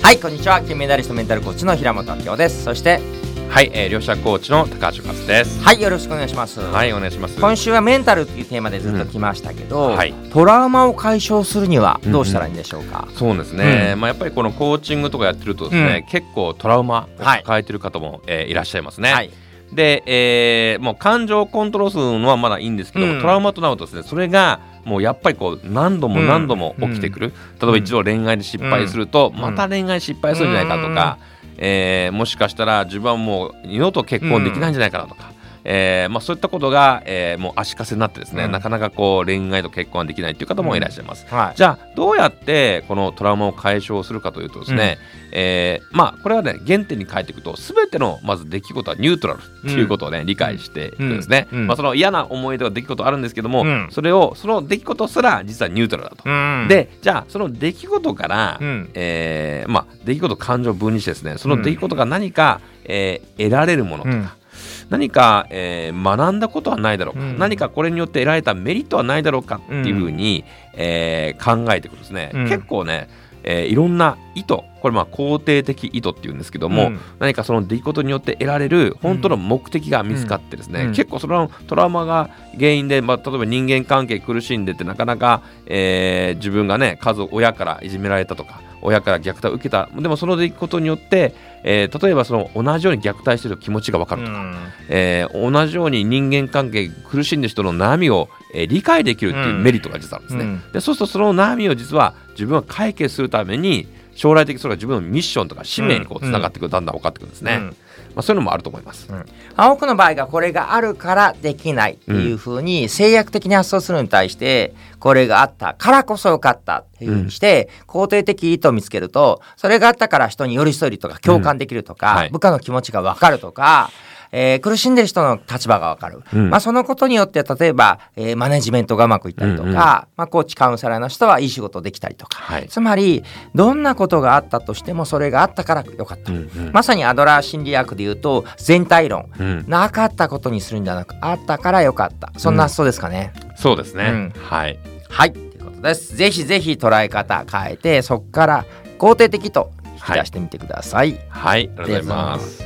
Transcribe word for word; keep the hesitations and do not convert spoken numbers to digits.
はい、こんにちは。金メダリストメンタルコーチの平本明夫です。そしてはい、えー、両者コーチの高橋和です。 はい、よろしくお願いします。 はい、お願いします。 今週はメンタルというテーマでずっと来ましたけど、 うんはい、 トラウマを解消するにはどうしたらいいんでしょうか。 うんうん、そうですね、うん、まあ、やっぱりこのコーチングとかやってるとですね、うん、結構トラウマを抱えてる方も、はいえー、いらっしゃいますね。はいで、えー、もう感情をコントロールするのはまだいいんですけども、うん、トラウマとなるとですね、それがもうやっぱりこう何度も何度も起きてくる、うん、例えば一度恋愛で失敗すると、うん、また恋愛失敗するんじゃないかとか、うんえー、もしかしたら自分はもう二度と結婚できないんじゃないかなとか、うんえーまあ、そういったことが、えー、もう足かせになってですね、うん、なかなかこう恋愛と結婚ができないという方もいらっしゃいます、うんはい、じゃあどうやってこのトラウマを解消するかというとですね、うんえー、まあこれはね原点に変えていくと全てのまず出来事はニュートラルということをね、うん、理解していくんですね、うんまあ、その嫌な思い出は出来事あるんですけども、うん、それをその出来事すら実はニュートラルだと、うん、でじゃあその出来事から、うんえーまあ、出来事感情を分離してですねその出来事が何か、えー、得られるものとか、うん何か、えー、学んだことはないだろうか、うん、何かこれによって得られたメリットはないだろうかっていうふうに、うんえー、考えていくとですね、うん、結構ね、えー、いろんな意図これまあ肯定的意図っていうんですけども、うん、何かその出来事によって得られる本当の目的が見つかってですね、うん、結構そのトラウマが原因で、まあ、例えば人間関係苦しんでてなかなか、えー、自分がね家族親からいじめられたとか親から虐待を受けたでもその出来事によって、えー、例えばその同じように虐待している気持ちが分かるとか、うんえー、同じように人間関係苦しんでる人の悩みを、えー、理解できるっていうメリットが実はあるんですね、うん、でそうするとその悩みを実は自分は解決するために将来的にそれが自分のミッションとか使命にこうつながっていく、うん、だんだん分かってくるんですね、うんまあ、そういうのもあると思います、うん、 多くの場合がこれがあるからできないっていうふうに制約的に発想するのに対してこれがあったからこそよかったっていうふうにして、うん、肯定的意図を見つけるとそれがあったから人に寄り添えるとか共感できるとか、うんはい、部下の気持ちが分かるとかえー、苦しんでる人の立場が分かる、うんまあ、そのことによって例えば、えー、マネジメントがうまくいったりとか、うんうんまあ、コーチカウンセラーの人はいい仕事できたりとか、はい、つまりどんなことがあったとしてもそれがあったからよかった、うんうん、まさにアドラー心理学でいうと全体論、うん、なかったことにするんじゃなくあったからよかったそんな発想ですかね、 うん、そうですね、うん、はいはいということです。ぜひぜひ捉え方変えてそこから肯定的と引き出してみてください。 はい、はい、ありがとうございます。